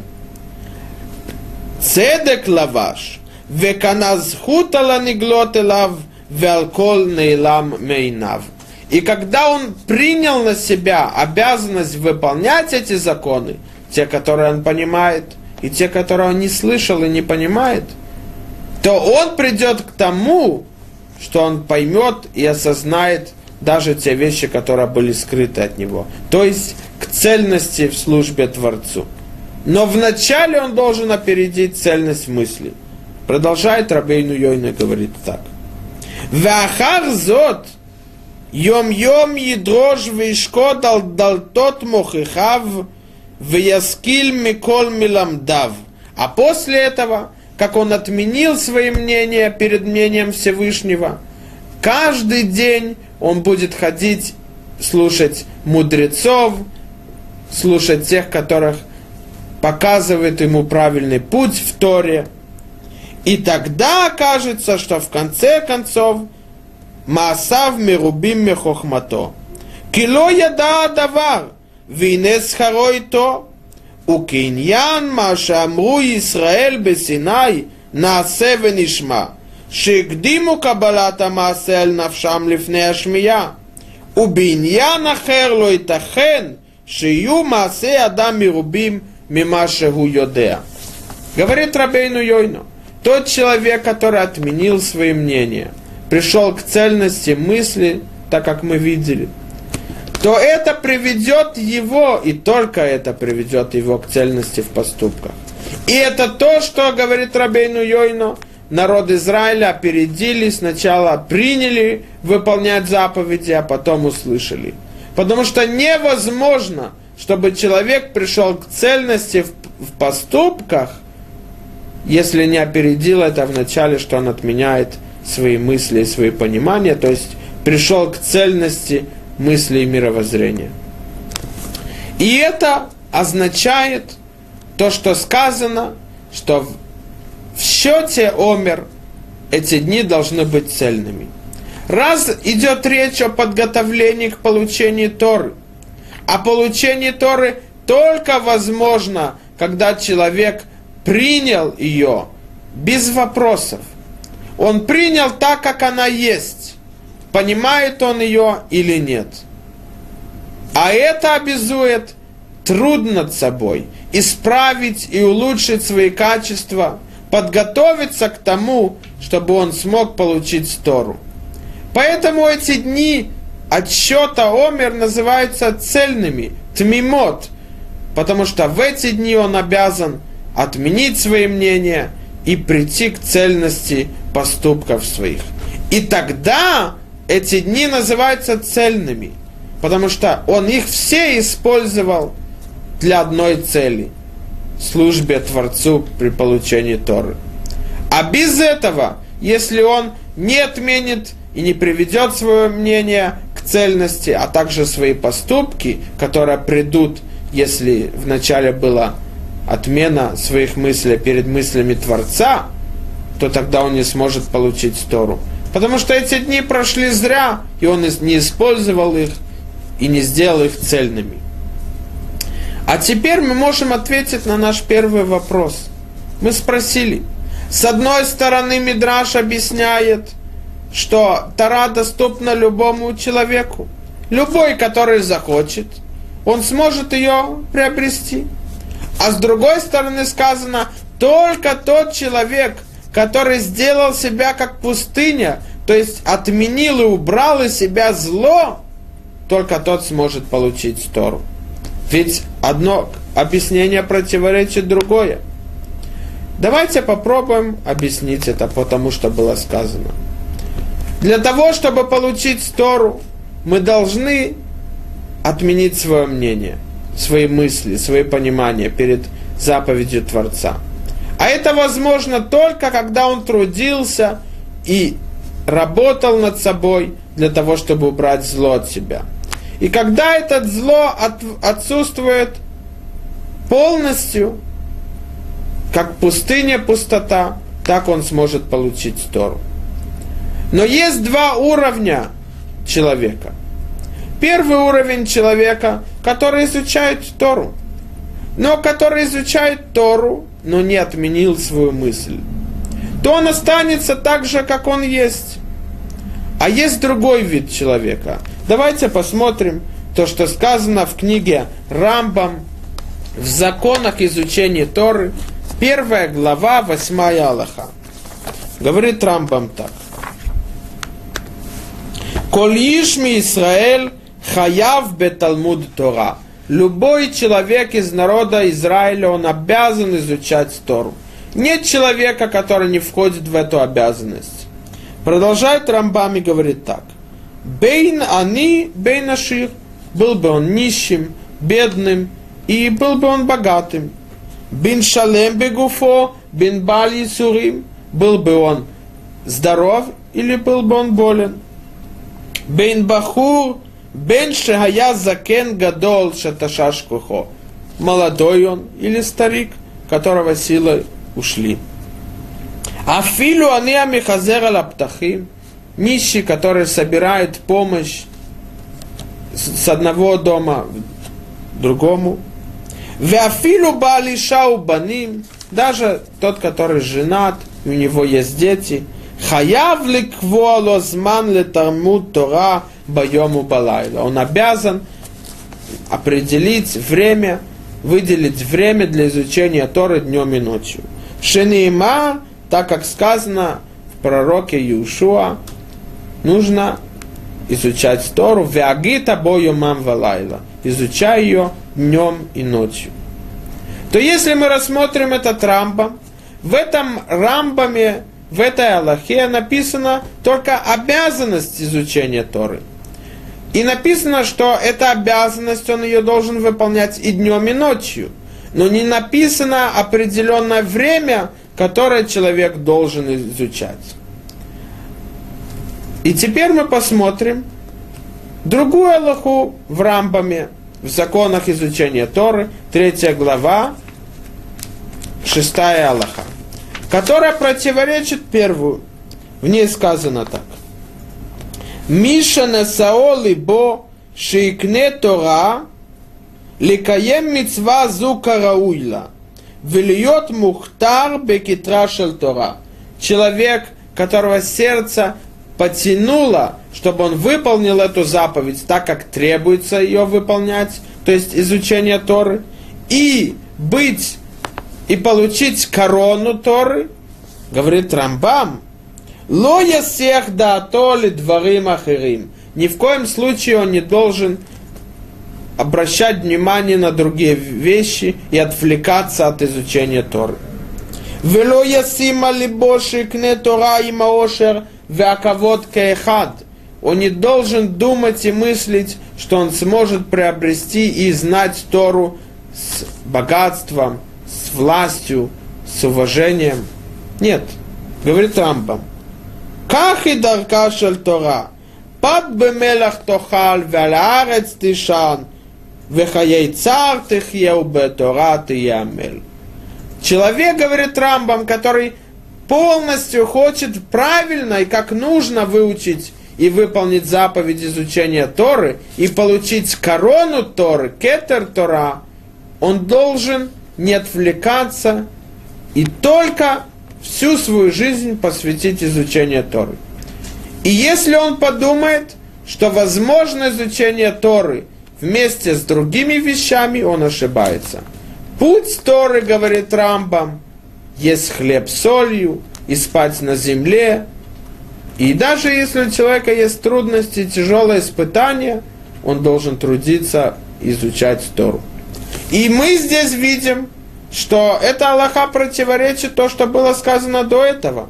Цедек лаваш, веканазхут ала ниглот элав, веалкол нейлам мейнав. И когда он принял на себя обязанность выполнять эти законы, те, которые он понимает, и те, которые он не слышал и не понимает, то он придет к тому, что он поймет и осознает даже те вещи, которые были скрыты от него. То есть к цельности в службе Творцу. Но вначале он должен опередить цельность мысли. Продолжает Рабейну Йойну и говорит так. Вахар зот йом-йом едрош вишкот ал далтот мохихав вяскиль микол миламдав. А после этого, как он отменил свои мнения перед мнением Всевышнего, каждый день он будет ходить, слушать мудрецов, слушать тех, которых показывает ему правильный путь в Торе. И тогда окажется, что в конце концов маасав мирубим мехохмато. Кило яда давар, винес харой то, укиньян ма шамру Исраэль бесинай наасе венишма. שהקדימו קבלת המעשה על נפשם לפני השמיעה, ובעניין אחר לא ייתכן שיהיו מעשי אדם מרובים ממה שהוא יודע. Говорит Рабейну Йойну, тот человек, который отменил свои мнения, пришел к цельности мысли, так как мы видели, то это приведет его, и только это приведет его к цельности в поступках. И это то, что говорит Рабейну Йойну, народ Израиля опередили, сначала приняли выполнять заповеди, а потом услышали. Потому что невозможно, чтобы человек пришел к цельности в поступках, если не опередил это вначале, что он отменяет свои мысли и свои понимания, то есть пришел к цельности мысли и мировоззрения. И это означает то, что сказано, что в счете Омер эти дни должны быть цельными. Раз идет речь о подготовлении к получению Торы, а получение Торы только возможно, когда человек принял ее без вопросов. Он принял так, как она есть. Понимает он ее или нет. А это обязует труд над собой, исправить и улучшить свои качества, подготовиться к тому, чтобы он смог получить Тору. Поэтому эти дни отсчета Омер называются цельными, тмимот, потому что в эти дни он обязан отменить свои мнения и прийти к цельности поступков своих. И тогда эти дни называются цельными, потому что он их все использовал для одной цели – службе Творцу при получении Торы. А без этого, если он не отменит и не приведет свое мнение к цельности, а также свои поступки, которые придут, если вначале была отмена своих мыслей перед мыслями Творца, то тогда он не сможет получить Тору. Потому что эти дни прошли зря, и он не использовал их и не сделал их цельными. А теперь мы можем ответить на наш первый вопрос. Мы спросили, с одной стороны Мидраш объясняет, что Тора доступна любому человеку. Любой, который захочет, он сможет ее приобрести. А с другой стороны сказано, только тот человек, который сделал себя как пустыня, то есть отменил и убрал из себя зло, только тот сможет получить Тору. Ведь одно объяснение противоречит другое. Давайте попробуем объяснить это, потому что было сказано. Для того, чтобы получить Тору, мы должны отменить свое мнение, свои мысли, свои понимания перед заповедью Творца. А это возможно только, когда он трудился и работал над собой для того, чтобы убрать зло от себя. И когда это зло отсутствует полностью, как пустыня, пустота, так он сможет получить Тору. Но есть два уровня человека. Первый уровень человека, который изучает Тору, но который изучает Тору, но не отменил свою мысль, то он останется так же, как он есть. А есть другой вид человека. Давайте посмотрим то, что сказано в книге Рамбам в законах изучения Торы, 1 глава, 8 алаха. Говорит Рамбам так. «Коль ишми Исраэль хаяв беталмуд Тора». Любой человек из народа Израиля, он обязан изучать Тору. Нет человека, который не входит в эту обязанность. Продолжает Рамбам и говорит так. «Бейн ани, бейн ашир». Был бы он нищим, бедным, и был бы он богатым. «Бин шалем бегуфо, бин баль исурим». Был бы он здоров, или был бы он болен. «Бейн бахур, бен шехая закен гадол шаташаш кухо». Молодой он или старик, которого силой ушли. «Афилу ани амихазер ала птахим». Нищий, который собирает помощь с одного дома к другому. «Веафилу баалиша убаним». Даже тот, который женат, у него есть дети. Хаяв ликво лозман летармуд Тора байому балайла. Он обязан определить время, выделить время для изучения Торы днем и ночью. Шенейма, так как сказано в пророке Иешуа, нужно изучать Тору, веагита бойомам валайла, изучай ее днем и ночью. То если мы рассмотрим этот Рамбам, в этом Рамбаме, в этой Аллахе написано только обязанность изучения Торы. И написано, что эта обязанность, он ее должен выполнять и днем, и ночью. Но не написано определенное время, которое человек должен изучать. И теперь мы посмотрим другую Аллаху в Рамбаме, в законах изучения Торы, 3 глава, 6 Аллаха, которая противоречит первую. В ней сказано так. Миша насао либо шейкне Тора ликаем мицва зу карауйла вильет мухтар бекитра шель Тора. Человек, которого сердце потянуло, чтобы он выполнил эту заповедь так, как требуется ее выполнять, то есть изучение Торы, и быть, и получить корону Торы, говорит Рамбам, ло ясех даато лидварим ахирим. Ни в коем случае он не должен обращать внимание на другие вещи и отвлекаться от изучения Торы. Вело ясима либо шикне Тора има ошер веакавод кеэхад. Он не должен думать и мыслить, что он сможет приобрести и знать Тору с богатством, с властью, с уважением. Нет, говорит Рамбам. Как и дарка шель Тора, пад бемелах тохал, валаарец тишан, вехаей цар тихьеу бетора тиямель. Человек, говорит Рамбам, который полностью хочет правильно и как нужно выучить и выполнить заповедь изучения Торы и получить корону Торы, кетер Тора, он должен не отвлекаться и только всю свою жизнь посвятить изучению Торы. И если он подумает, что возможно изучение Торы вместе с другими вещами, он ошибается. Путь Торы, говорит Рамбам, есть хлеб с солью и спать на земле. И даже если у человека есть трудности, тяжелые испытания, он должен трудиться, изучать Тору. И мы здесь видим, что эта Аллаха противоречит то, что было сказано до этого.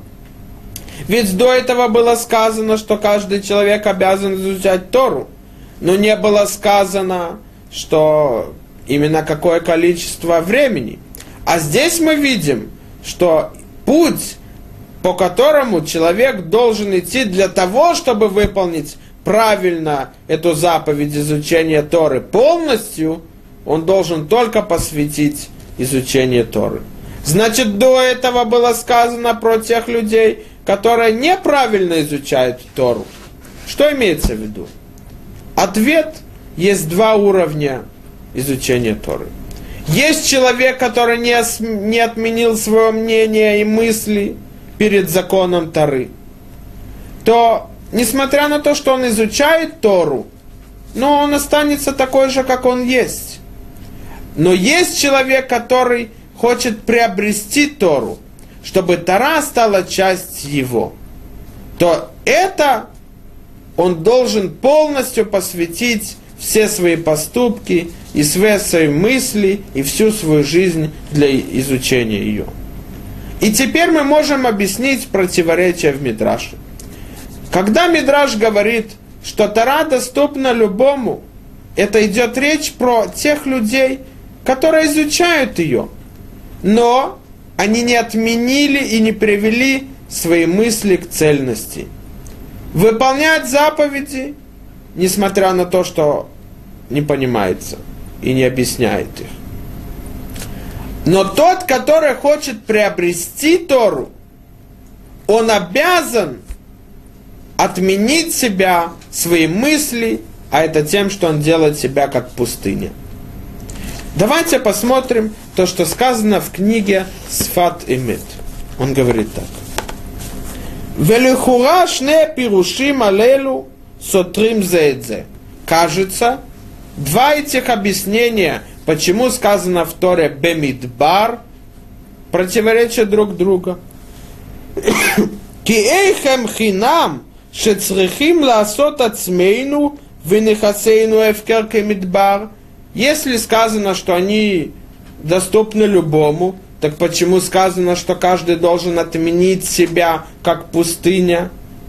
Ведь до этого было сказано, что каждый человек обязан изучать Тору. Но не было сказано, что именно какое количество времени. А здесь мы видим, что путь, по которому человек должен идти для того, чтобы выполнить правильно эту заповедь изучения Торы полностью, он должен только посвятить изучение Торы. Значит, до этого было сказано про тех людей, которые неправильно изучают Тору. Что имеется в виду? Ответ: есть два уровня изучения Торы. Есть человек, который не отменил свое мнение и мысли перед законом Торы. То, несмотря на то, что он изучает Тору, но он останется такой же, как он есть. Но есть человек, который хочет приобрести Тору, чтобы Тора стала частью его. То это он должен полностью посвятить все свои поступки и все свои мысли и всю свою жизнь для изучения ее. И теперь мы можем объяснить противоречие в Мидраше. Когда Мидраш говорит, что Тора доступна любому, это идет речь про тех людей, которые изучают ее, но они не отменили и не привели свои мысли к цельности. Выполнять заповеди, несмотря на то, что не понимается и не объясняет их. Но тот, который хочет приобрести Тору, он обязан отменить себя, свои мысли, а это тем, что он делает себя как пустыня. Давайте посмотрим то, что сказано в книге Сфат Эмет. Он говорит так. Велихура шне пирушим алелу сотрим зэдзе. Кажется, два этих объяснения, почему сказано в Торе бемидбар, противоречат друг другу. Ки эйхем хинам шецрихим лаасот ацмейну венехасейну эфкер кемидбар. Если сказано, что они доступны любому, так почему сказано, что каждый должен отменить себя, как пустыня?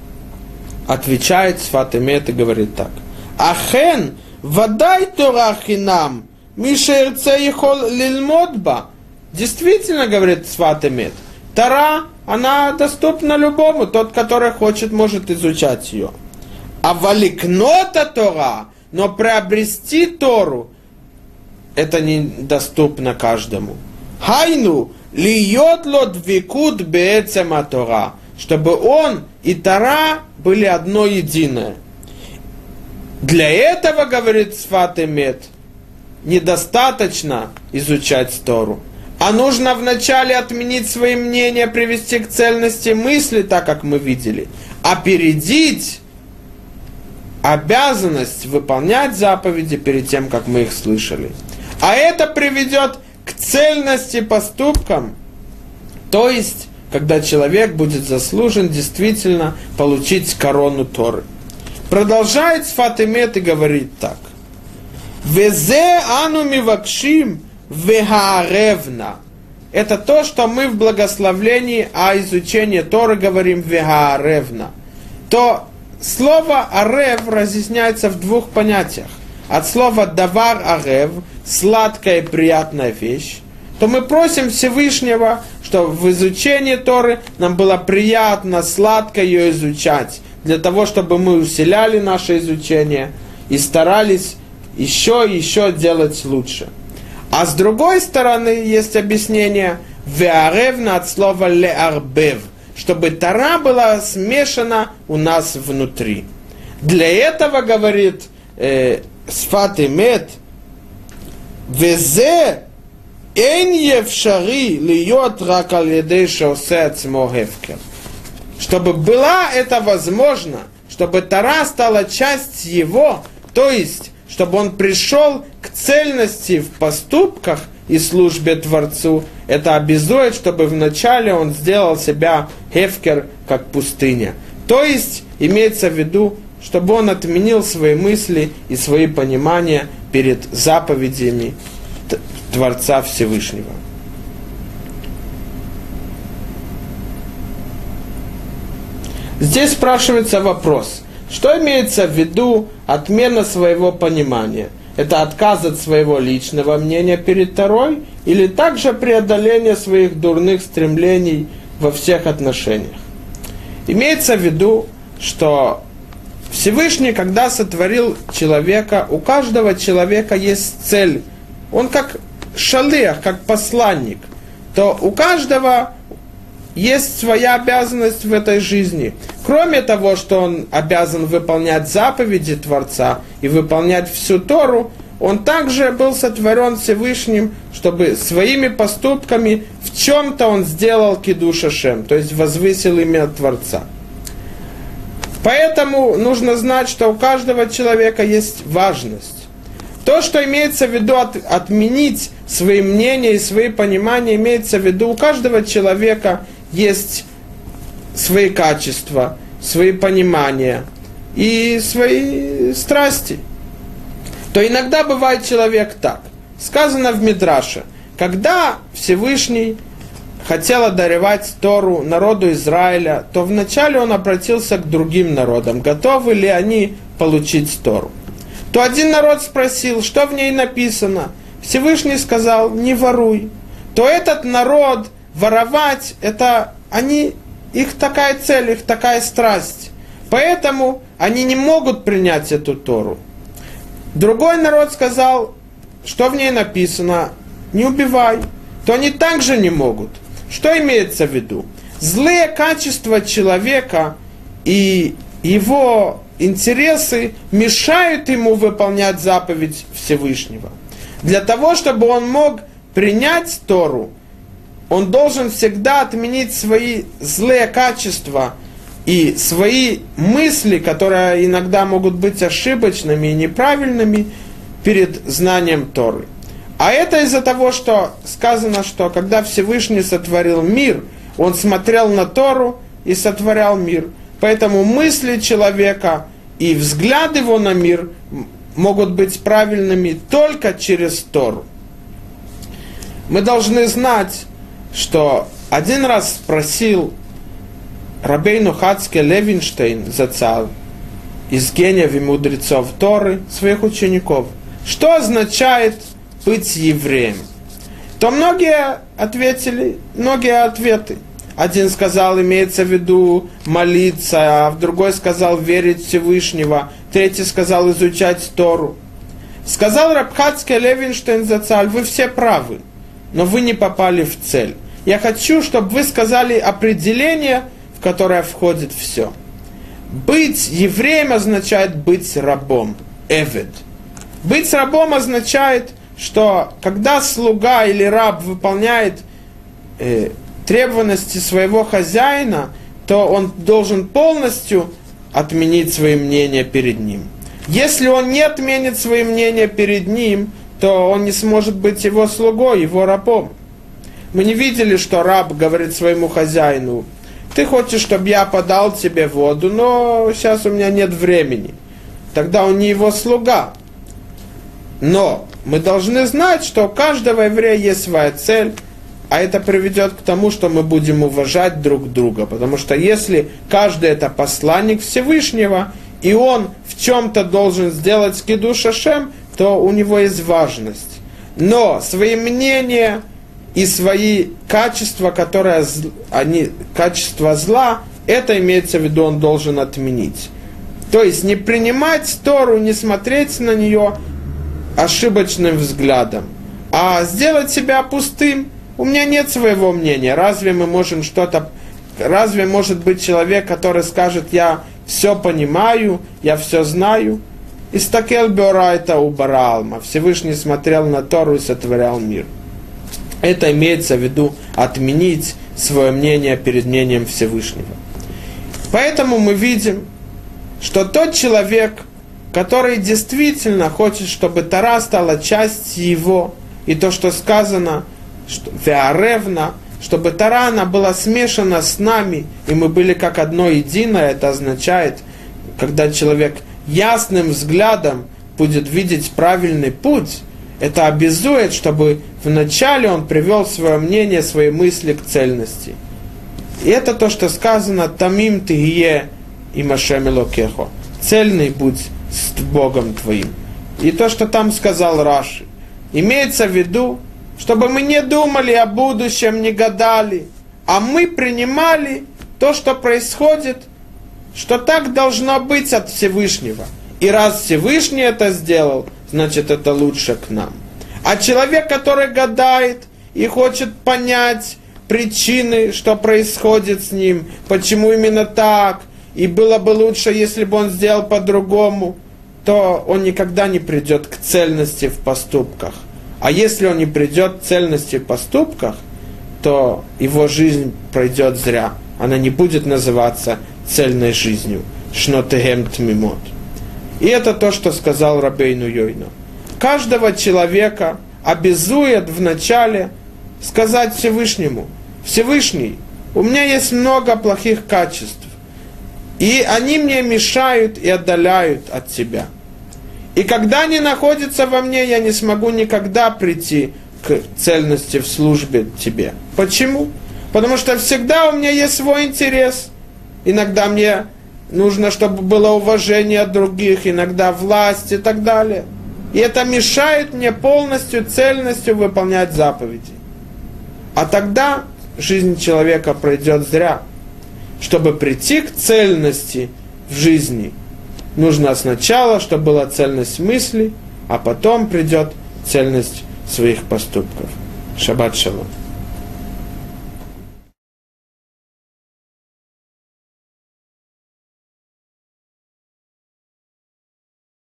Отвечает Сфат Эмет и говорит так. Ахен вадай Тора хинам миша ирце ехол лильмодба. Действительно, говорит Сфат Эмет, Тора, она доступна любому, тот, который хочет, может изучать ее. А валикнота Тора, но приобрести Тору, это недоступно каждому. Хайну льет ло двикут беэцема Тора, чтобы он и Тора были одно единое. Для этого, говорит Сфат Эмет, недостаточно изучать Тору, а нужно вначале отменить свои мнения, привести к цельности мысли, так как мы видели, опередить обязанность выполнять заповеди перед тем, как мы их слышали. А это приведет к цельности поступкам, то есть, когда человек будет заслужен действительно получить корону Торы. Продолжает Сфат Эмет и говорит так. Везе ану мивакшим вехааревна. Это то, что мы в благословлении о изучении Торы говорим вехааревна. То слово арев разъясняется в двух понятиях. От слова давар арев, сладкая и приятная вещь, то мы просим Всевышнего, чтобы в изучении Торы нам было приятно, сладко ее изучать, для того, чтобы мы усиляли наше изучение и старались еще и еще делать лучше. А с другой стороны есть объяснение веаревна от слова леарбев, чтобы Тора была смешана у нас внутри. Для этого, говорит Сфат Эмет, везе эн евшари льет рак аль-едей шосе ацмо гефкер. Чтобы была это возможно, чтобы Тора стала часть его, то есть, чтобы он пришел к цельности в поступках и службе Творцу, это обязует, чтобы вначале он сделал себя гефкер, как пустыня. То есть, имеется в виду, чтобы он отменил свои мысли и свои понимания перед заповедями Творца Всевышнего. Здесь спрашивается вопрос, что имеется в виду отмена своего понимания? Это отказ от своего личного мнения перед Торой или также преодоление своих дурных стремлений во всех отношениях? Имеется в виду, что Всевышний, когда сотворил человека, у каждого человека есть цель. Он как шалех, как посланник. То у каждого есть своя обязанность в этой жизни. Кроме того, что он обязан выполнять заповеди Творца и выполнять всю Тору, он также был сотворен Всевышним, чтобы своими поступками в чем-то он сделал кидуш Ашем, то есть возвысил имя Творца. Поэтому нужно знать, что у каждого человека есть важность. То, что имеется в виду отменить свои мнения и свои понимания, имеется в виду, у каждого человека есть свои качества, свои понимания и свои страсти. То иногда бывает человек так. Сказано в Мидраше, когда Всевышний хотел одаревать Тору народу Израиля, то вначале он обратился к другим народам, готовы ли они получить Тору. То один народ спросил, что в ней написано. Всевышний сказал, не воруй. То этот народ, воровать, это их такая цель, их такая страсть. Поэтому они не могут принять эту Тору. Другой народ сказал, что в ней написано, не убивай. То они также не могут. Что имеется в виду? Злые качества человека и его интересы мешают ему выполнять заповедь Всевышнего. Для того, чтобы он мог принять Тору, он должен всегда отменить свои злые качества и свои мысли, которые иногда могут быть ошибочными и неправильными, перед знанием Торы. А это из-за того, что сказано, что когда Всевышний сотворил мир, он смотрел на Тору и сотворял мир. Поэтому мысли человека и взгляд его на мир могут быть правильными только через Тору. Мы должны знать, что один раз спросил Рабейну Хацке Левинштейн Зацал из гениев и мудрецов Торы своих учеников, что означает быть евреем. То многие ответили, многие ответы. Один сказал, имеется в виду молиться, а другой сказал верить в Всевышнего, третий сказал изучать Тору. Сказал Раб Хацке Левинштейн Зацаль, вы все правы, но вы не попали в цель. Я хочу, чтобы вы сказали определение, в которое входит все. Быть евреем означает быть рабом, эвед. Быть рабом означает, что когда слуга или раб выполняет требованности своего хозяина, то он должен полностью отменить свои мнения перед ним. Если он не отменит свои мнения перед ним, то он не сможет быть его слугой, его рабом. Мы не видели, что раб говорит своему хозяину: ты хочешь, чтобы я подал тебе воду, но сейчас у меня нет времени. Тогда он не его слуга. Но мы должны знать, что у каждого еврея есть своя цель, а это приведет к тому, что мы будем уважать друг друга. Потому что если каждый это посланник Всевышнего, и он в чем-то должен сделать кидуш Ашем, то у него есть важность. Но свои мнения и свои качества, которые они, качества зла, это имеется в виду, он должен отменить. То есть не принимать Тору, не смотреть на нее ошибочным взглядом, а сделать себя пустым. У меня нет своего мнения. Разве может быть человек, который скажет: я все понимаю, я все знаю? Истакел беорайта убаралма. Всевышний смотрел на Тору и сотворял мир. Это имеется в виду отменить свое мнение перед мнением Всевышнего. Поэтому мы видим, что тот человек, который действительно хочет, чтобы Тора стала частью его, и то, что сказано, что веаревна, чтобы Тора она была смешана с нами, и мы были как одно единое, это означает, когда человек ясным взглядом будет видеть правильный путь, это обязует, чтобы вначале он привел свое мнение, свои мысли к цельности. И это то, что сказано: «Тамим тигие имашем элокехо». Цельный будь с Богом твоим. И то, что там сказал Раши. Имеется в виду, чтобы мы не думали о будущем, не гадали, а мы принимали то, что происходит, что так должно быть от Всевышнего. И раз Всевышний это сделал, значит, это лучше к нам. А человек, который гадает и хочет понять причины, что происходит с ним, почему именно так, и было бы лучше, если бы он сделал по-другому, то он никогда не придет к цельности в поступках. А если он не придет к цельности в поступках, то его жизнь пройдет зря. Она не будет называться цельной жизнью. Шнотегем тмимот. И это то, что сказал Рабейну Йойна. Каждого человека обязует вначале сказать Всевышнему: Всевышний, у меня есть много плохих качеств, и они мне мешают и отдаляют от Тебя. И когда они находятся во мне, я не смогу никогда прийти к цельности в службе Тебе. Почему? Потому что всегда у меня есть свой интерес. Иногда мне нужно, чтобы было уважение от других, иногда власть и так далее. И это мешает мне полностью, цельностью выполнять заповеди. А тогда жизнь человека пройдет зря. Чтобы прийти к цельности в жизни, нужно сначала, чтобы была цельность мыслей, а потом придет цельность своих поступков. Шаббат шалом.